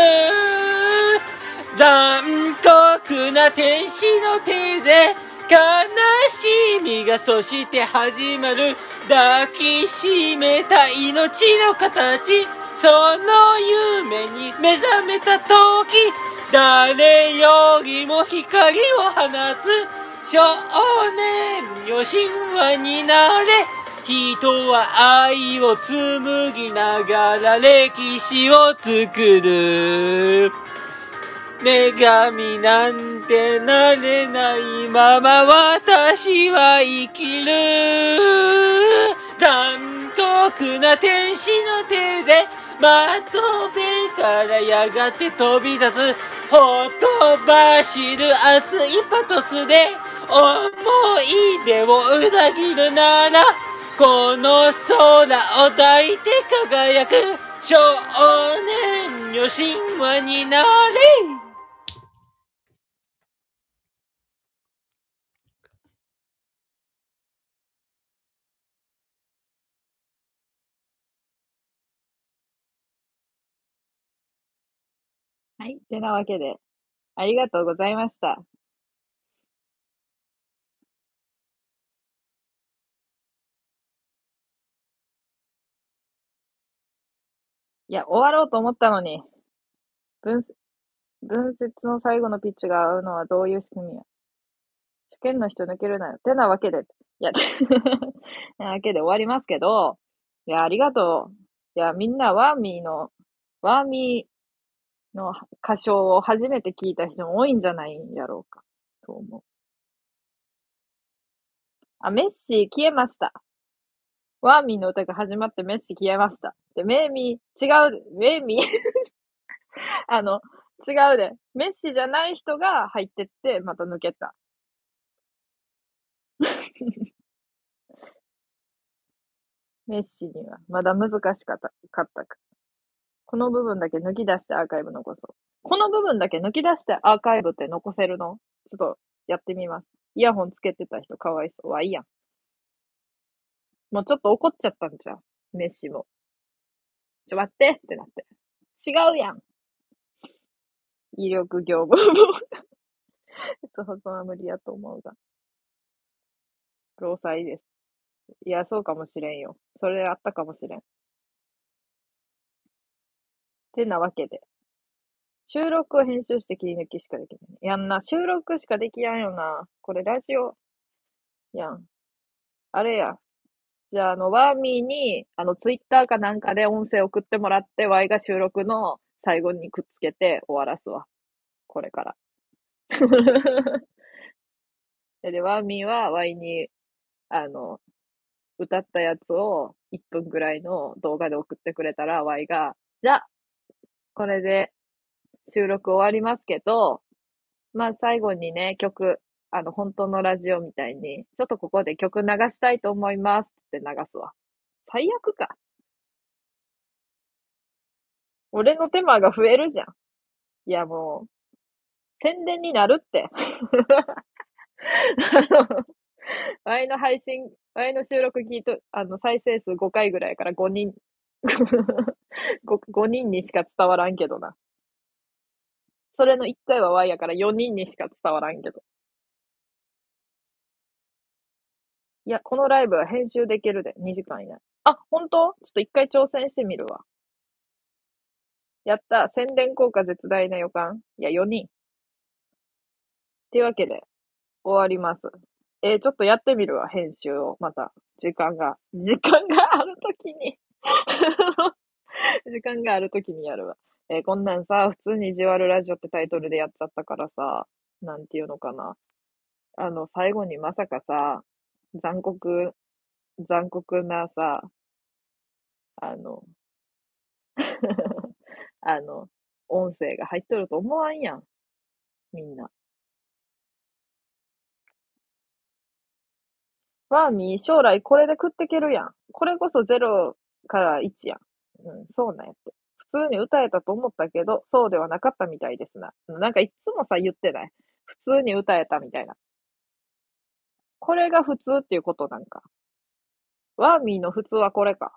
残酷な天使の手で悲しみがそして始まる。抱きしめた命の形、その夢に目覚めた時、誰よりも光を放つ少年よ、神話になれ。人は愛を紡ぎながら歴史を作る。女神なんてなれないまま私は生きる。残酷な天使の手で窓辺からやがて飛び立つ。ほとばしる熱いパトスで思い出を裏切るなら、この空を抱いて輝く少年よ、神話になれ。 はい。てなわけで、ありがとうございました。いや、終わろうと思ったのに、分、分節の最後のピッチが合うのはどういう仕組みや。試験の人抜けるなよ。てなわけで、いや、てなわけで終わりますけど、いや、ありがとう。いや、みんなワーミーの歌唱を初めて聞いた人も多いんじゃないんやろうか、と思う。あ、メッシ消えました。ワーミーの歌が始まってメッシ消えました。で、メイミー、違う、メイミーあの、違うで。メッシじゃない人が入ってって、また抜けた。メッシには、まだ難しかったか。この部分だけ抜き出してアーカイブ残そう。この部分だけ抜き出してアーカイブって残せるの？ちょっとやってみます。イヤホンつけてた人かわいそう。いいやん。もうちょっと怒っちゃったんじゃん。メッシも。待ってってなって。違うやん。威力業務も。保存は無理やと思うが。労災です。いや、そうかもしれんよ。それあったかもしれん。てなわけで。収録を編集して切り抜きしかできない。やんな。収録しかできやんよな。これラジオやん。あれや。じゃあ、ワーミーに、ツイッターかなんかで音声送ってもらって、ワイが収録の最後にくっつけて終わらすわ。これから。で、ワーミーはワイに、あの、歌ったやつを1分ぐらいの動画で送ってくれたら、ワイが、じゃあ、これで収録終わりますけど、まあ最後にね、曲、本当のラジオみたいに、ちょっとここで曲流したいと思いますって流すわ。最悪か。俺の手間が増えるじゃん。いやもう、宣伝になるって。ワイの収録聞いと、再生数5回ぐらいやから5人、5人にしか伝わらんけどな。それの1回はワイやから4人にしか伝わらんけど。いや、このライブは編集できるで、2時間以内。あ、本当？ちょっと1回挑戦してみるわ。やった。宣伝効果絶大な予感。いや、4人。っていうわけで、終わります。ちょっとやってみるわ、編集を。また、時間があるときに時間があるときにやるわ。 こんなんさ、普通に意地悪ラジオってタイトルでやっちゃったからさ、なんていうのかな。最後にまさかさ、残酷、残酷なさ、あの、あの、音声が入っとると思わんやん、みんな。ワーミー、将来これで食ってけるやん。これこそ0から1やん。うん、そうなんやって。普通に歌えたと思ったけど、そうではなかったみたいですな。なんかいつもさ、言ってない。普通に歌えたみたいな。これが普通っていうことなんか。ワーミーの普通はこれか。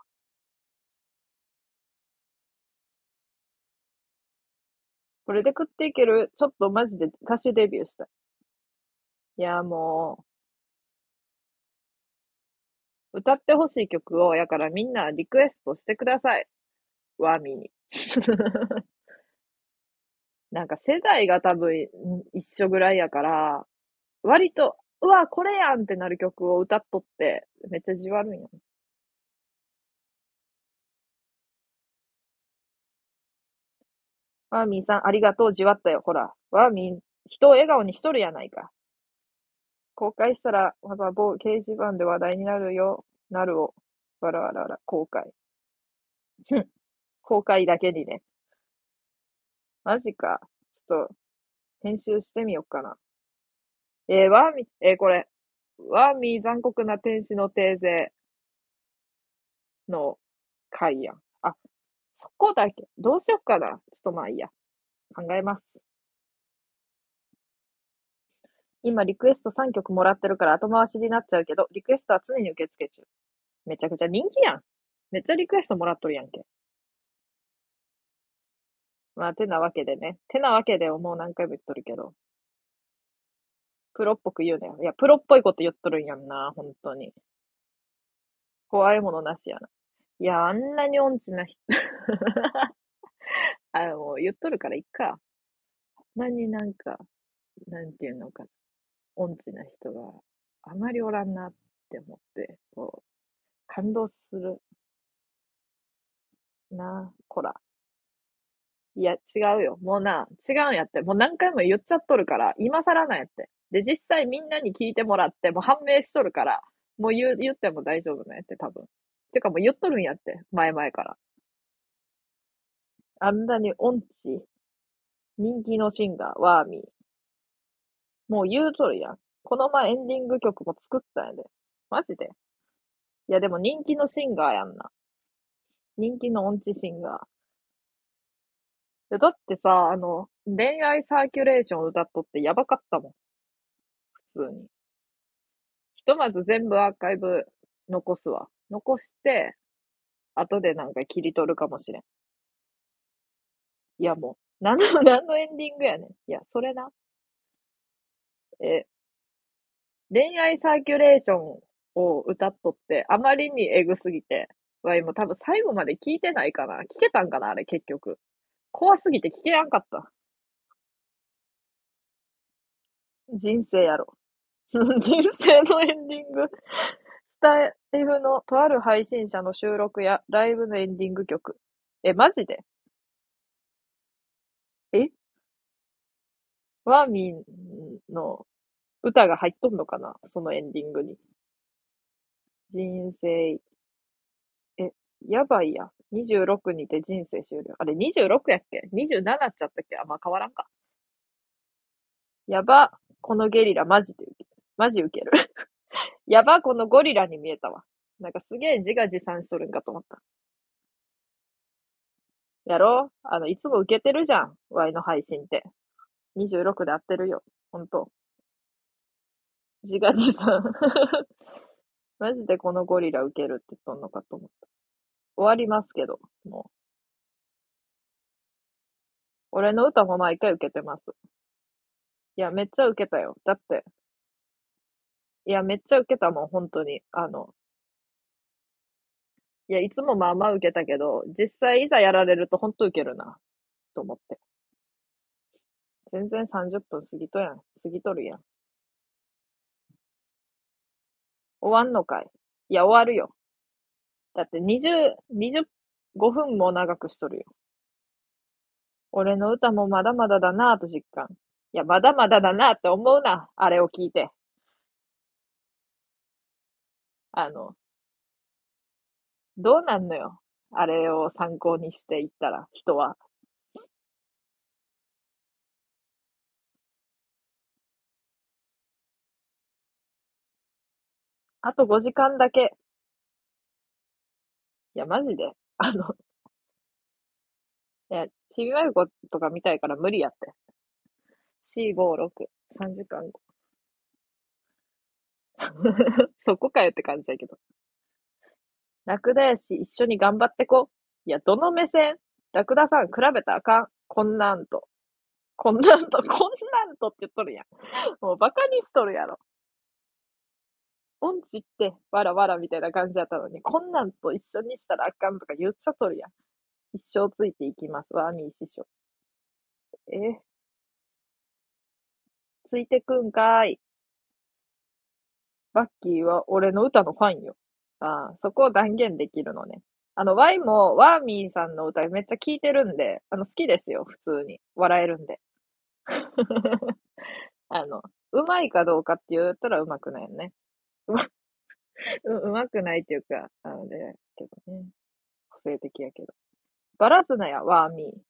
これで食っていける。ちょっとマジで歌手デビューしたい。いや、もう、歌ってほしい曲を、やからみんなリクエストしてください。ワーミーに。なんか世代が多分一緒ぐらいやから、割と、うわ、これやんってなる曲を歌っとって、めっちゃじわるんやん。ワーミーさん、ありがとう、じわったよ。ほら、ワーミー、人を笑顔にしとるやないか。公開したら、また某掲示板で話題になるよ。なるを。わらわらわら、公開。ふん公開だけにね。マジか。ちょっと、編集してみよっかな。ワーミー、これ、ワーミー残酷な天使のテーゼの回やん。あ、そこだけ。どうしよっかな。ちょっとまあいいや。考えます。今リクエスト3曲もらってるから後回しになっちゃうけど、リクエストは常に受け付け中。めちゃくちゃ人気やん。めっちゃリクエストもらっとるやんけ。まあ、てなわけでね。てなわけでもう何回も言っとるけど。プロっぽく言うなよ。いや、プロっぽいこと言っとるんやんな、本当に。怖いものなしやな。いや、あんなに音痴な人もう言っとるからいっか。あんなになんか、なんていうのかな。音痴な人があまりおらんなって思って、こう、感動するな、こら。いや、違うよ。もうな、違うんやって。もう何回も言っちゃっとるから、今更なんやって。で、実際みんなに聞いてもらって、もう判明しとるから、もう言っても大丈夫なんやって、多分。てかもう言っとるんやって、前々から。あんなに音痴、人気のシンガー、ワーミー。もう言うとるやん。この前エンディング曲も作ったんやで。マジで。いや、でも人気のシンガーやんな。人気の音痴シンガー。だってさ、恋愛サーキュレーション歌っとってやばかったもん。普通に。ひとまず全部アーカイブ残すわ。残して、後でなんか切り取るかもしれん。いやもう、何のエンディングやねん。いや、それな。え、恋愛サーキュレーションを歌っとって、あまりにエグすぎて、わいも多分最後まで聞いてないかな。聞けたんかなあれ結局。怖すぎて聞けやんかった。人生やろ。人生のエンディング。スタイフのとある配信者の収録やライブのエンディング曲。マジでえワーミンの歌が入っとんのかなそのエンディングに。人生、え、やばいや。26にて人生終了。あれ26やっけ ?27 っちゃったっけあ、まあ変わらんか。やば。このゲリラマジで受ける。マジ受ける。やば、このゴリラに見えたわ。なんかすげえ自画自賛しとるんかと思った。やろいつも受けてるじゃん。ワイの配信って。26で合ってるよ。ほんと。自画自賛。マジでこのゴリラ受けるって言っとんのかと思った。終わりますけど、もう。俺の歌も毎回受けてます。いや、めっちゃ受けたよ。だって、いや、めっちゃ受けたもん、本当に。いや、いつもまあまあ受けたけど、実際いざやられると本当受けるな、と思って。全然30分過ぎとやん。過ぎとるやん。終わんのかい。いや、終わるよ。だって25分も長くしとるよ。 俺の歌もまだまだだなぁと実感。いや、まだまだだなって思うな。あれを聞いて。あの、どうなんのよ。あれを参考にしていったら、人は。あと5時間だけ。いや、マジで。いや、ちびまる子とか見たいから無理やって。4、5、6、3時間後。そこかよって感じだけど。ラクダやし、一緒に頑張ってこ。いや、どの目線？ラクダさん、比べたらあかん。こんなんと。こんなんと、こんなんとって言っとるやん。もうバカにしとるやろ。音痴って、わらわらみたいな感じだったのに、こんなんと一緒にしたらあかんとか言っちゃっとるやん。一生ついていきますわ、ミー師匠。えついてくんかーい。バッキーは俺の歌のファンよ。ああ、そこを断言できるのね。Y も、ワーミーさんの歌めっちゃ聞いてるんで、好きですよ、普通に。笑えるんで。あの、うまいかどうかって言ったらうまくないよね。うま、うまくないっていうか、けどね。個性的やけど。バラすなや、ワーミー。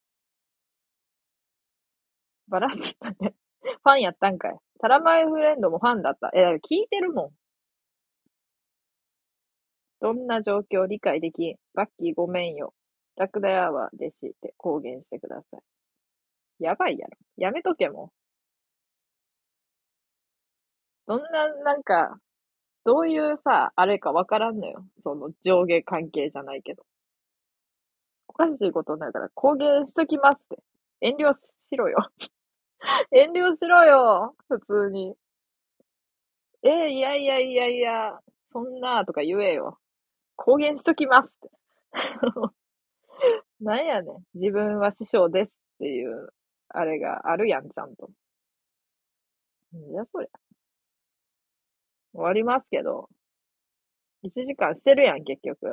バラすなね。ファンやったんかい。タラマイフレンドもファンだった。だから聞いてるもん。どんな状況理解できん。バッキーごめんよ。ラクダヤワーですって公言してください。やばいやろ。やめとけもう。どんな、どういうさ、あれかわからんのよ。その上下関係じゃないけど。おかしいことになるから公言しときますって。遠慮しろよ。遠慮しろよ。普通に。いやいやいやいや、そんなとか言えよ。公言しときますって。なんやねん。自分は師匠ですっていう、あれがあるやん、ちゃんと。んじゃそりゃ。終わりますけど、1時間してるやん、結局。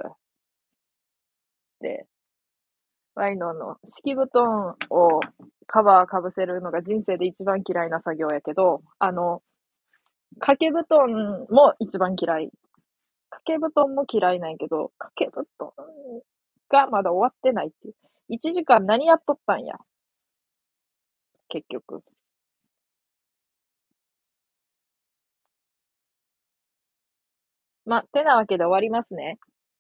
で、ワイノの敷布団をカバーかぶせるのが人生で一番嫌いな作業やけど、掛け布団も一番嫌い。掛け布団も嫌いなんやけど、掛け布団がまだ終わってないっていう。1時間何やっとったんや、結局。てなわけで終わりますね。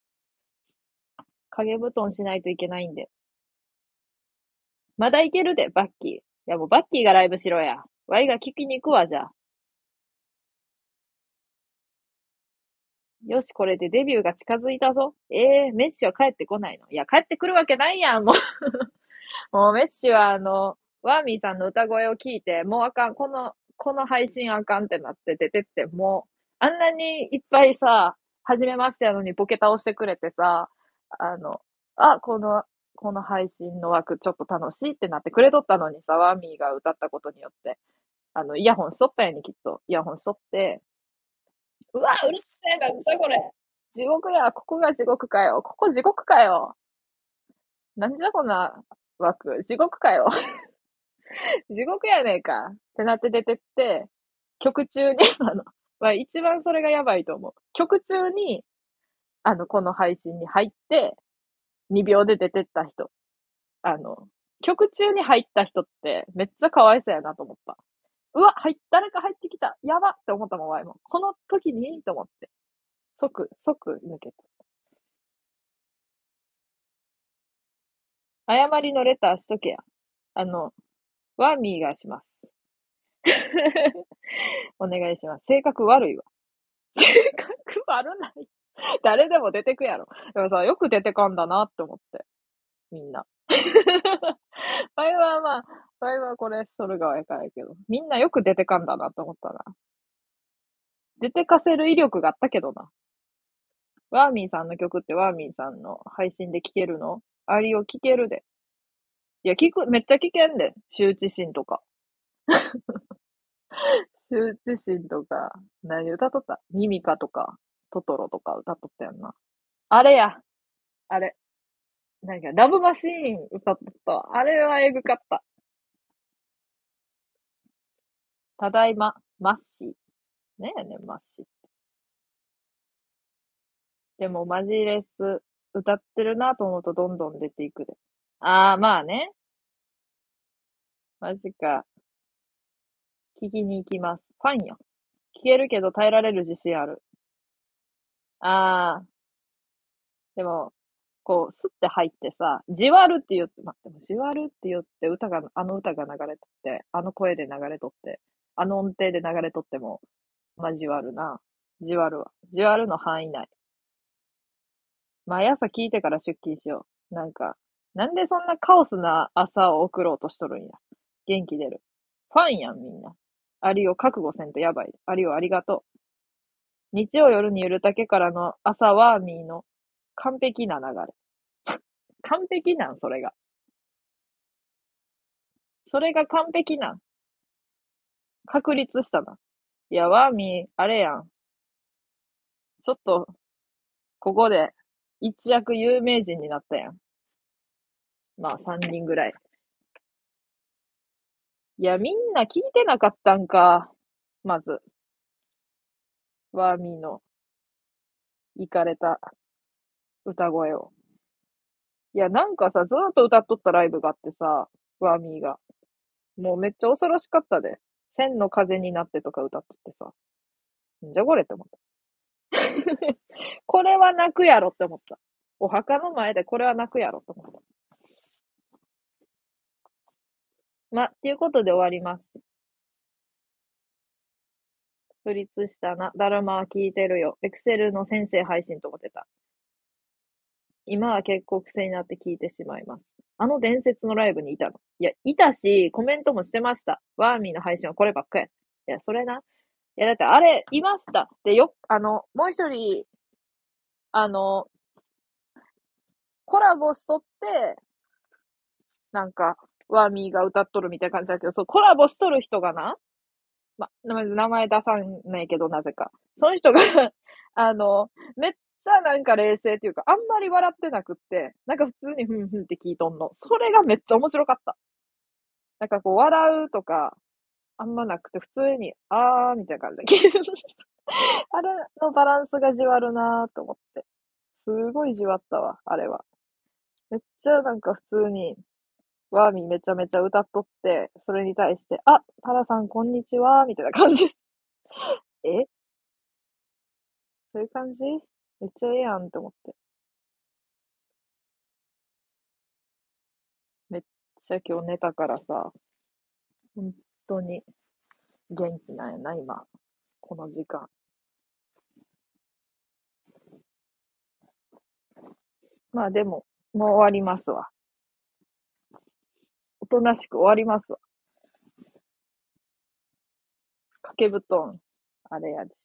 掛け布団しないといけないんで。まだいけるで、バッキー。いやもうバッキーがライブしろや。ワイが聞きに行くわ、じゃあ。よし、これでデビューが近づいたぞ。メッシは帰ってこないの？いや、帰ってくるわけないやん、もう。もうメッシはワーミーさんの歌声を聞いて、もうあかん、この配信あかんってなって出てって、もう、あんなにいっぱいさ、初めましてやのにボケ倒してくれてさ、あの、この配信の枠ちょっと楽しいってなってくれとったのにさ、ワーミーが歌ったことによって、イヤホンしとったんやにきっと。イヤホンしとって、うわ、うるせえな、うざこれ。地獄や、ここが地獄かよ。ここ地獄かよ。なんじゃこんな枠。地獄かよ。地獄やねえか。ってなって出てって、曲中に、一番それがやばいと思う。曲中に、この配信に入って、2秒で出てった人。あの、曲中に入った人ってめっちゃかわいそうやなと思った。うわ、誰か入ってきた。やばって思ったもん、ワイも。この時にと思って。即抜けた。謝りのレターしとけや。あの、ワーミーがします。お願いします。性格悪いわ。性格悪ない。誰でも出てくやろ。でもさ、よく出てかんだなって思って。みんな。ワイはまあ、ワイはこれしとる側やからやけど、みんなよく出てかんだなって思ったな。出てかせる威力があったけどな。ワーミーさんの曲ってワーミーさんの配信で聴けるの？ありを聴けるで。いや、めっちゃ聴けんで。羞恥心とか。羞恥心とか、何歌っとった？ミミカとか、トトロとか歌っとったやんな。あれや。あれ。 なんか、ラブマシーン歌っとったわ。あれはエグかった。ただいま、マッシー。ねやねん、マッシー。でも、マジレス、歌ってるなと思うとどんどん出ていくで。あー、まあね。マジか。聞きに行きます。ファンよ。聞けるけど耐えられる自信ある。あー、でも、こう、スッて入ってさ、じわるって言って、待っても、じわるって言って歌が、あの歌が流れとって、あの声で流れとって、あの音程で流れとっても、まあ、じわるな。じわるわ。じわるの範囲内。毎朝聞いてから出勤しよう。なんか、なんでそんなカオスな朝を送ろうとしとるんや。元気出る。ファンやん、みんな。アリを覚悟せんとやばい。アリをありがとう。日曜夜にゆるたけからの朝はみーの完璧な流れ。完璧なん、それが。それが完璧なん。確立したな。いや、ワーミー、あれやん。ちょっと、ここで、一躍有名人になったやん。まあ、三人ぐらい。いや、みんな聞いてなかったんか。まず、ワーミーの、イかれた歌声を。いや、なんかさ、ずーっと歌っとったライブがあってさ、ワーミーが。もうめっちゃ恐ろしかったで。千の風になってとか歌っとってさ。んじゃこれって思った。これは泣くやろって思った。お墓の前でこれは泣くやろって思った。ま、っていうことで終わります。不立したな。ダラマは聞いてるよ。エクセルの先生配信と思ってた。今は結構癖になって聞いてしまいます。あの伝説のライブにいたの。いや、いたし、コメントもしてました。ワーミーの配信はこればっかや。いや、それな。いや、だってあれ、いました。で、もう一人、あの、コラボしとって、なんか、ワーミーが歌っとるみたいな感じだけど、そう、コラボしとる人がな、名前出さんないけど、なぜか。その人がめっちゃなんか冷静っていうか、あんまり笑ってなくって、なんか普通にふんふんって聞いとんの。それがめっちゃ面白かった。なんかこう、笑うとか、あんまなくて、普通に、あーみたいな感じで聞いてる。あれのバランスがじわるなーと思って。すごいじわったわ、あれは。めっちゃなんか普通に、ワーミーめちゃめちゃ歌っとって、それに対して、あ、タラさんこんにちは、みたいな感じ。えそういう感じめっちゃええやんって思って。めっちゃ今日寝たからさ、本当に元気なんやな、今。この時間。まあでも、もう終わりますわ。おとなしく終わりますわ。掛け布団、あれやし。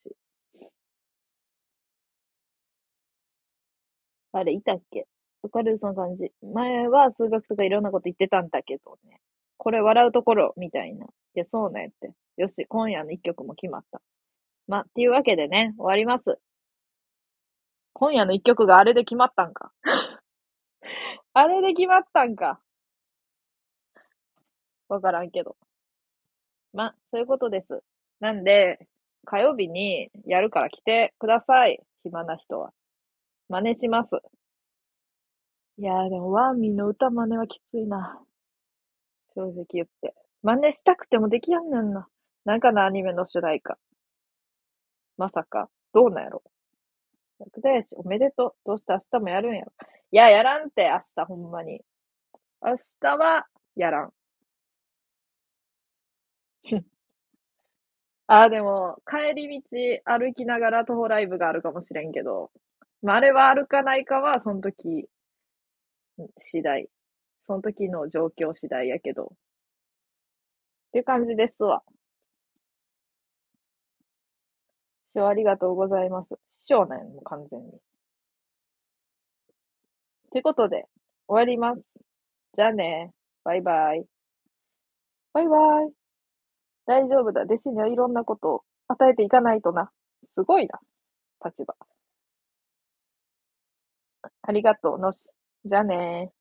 あれ、いたっけわかるその感じ。前は数学とかいろんなこと言ってたんだけどね。これ笑うところ、みたいな。いや、そうなんやって。よし、今夜の一曲も決まった。まあ、っていうわけでね、終わります。今夜の一曲があれで決まったんか。あれで決まったんか。わからんけど。まあ、そういうことです。なんで、火曜日にやるから来てください。暇な人は。真似します。いやーでもワーミーの歌真似はきついな。正直言って。真似したくてもできやんねんな。なんかのアニメの主題歌。まさか。どうなんやろ。薬剤師、おめでとう。どうして明日もやるんやろ。いや、やらんって、明日ほんまに。明日は、やらん。ああ、でも、帰り道歩きながら徒歩ライブがあるかもしれんけど、まあ、あれは歩かないかは、その時次第。その時の状況次第やけど。っていう感じですわ。師匠ありがとうございます。師匠なんやもう完全に。ということで、終わります。じゃあね。バイバイ。バイバイ。大丈夫だ。弟子にはいろんなことを与えていかないとな。すごいな。立場。ありがとう、のし。 じゃあねー。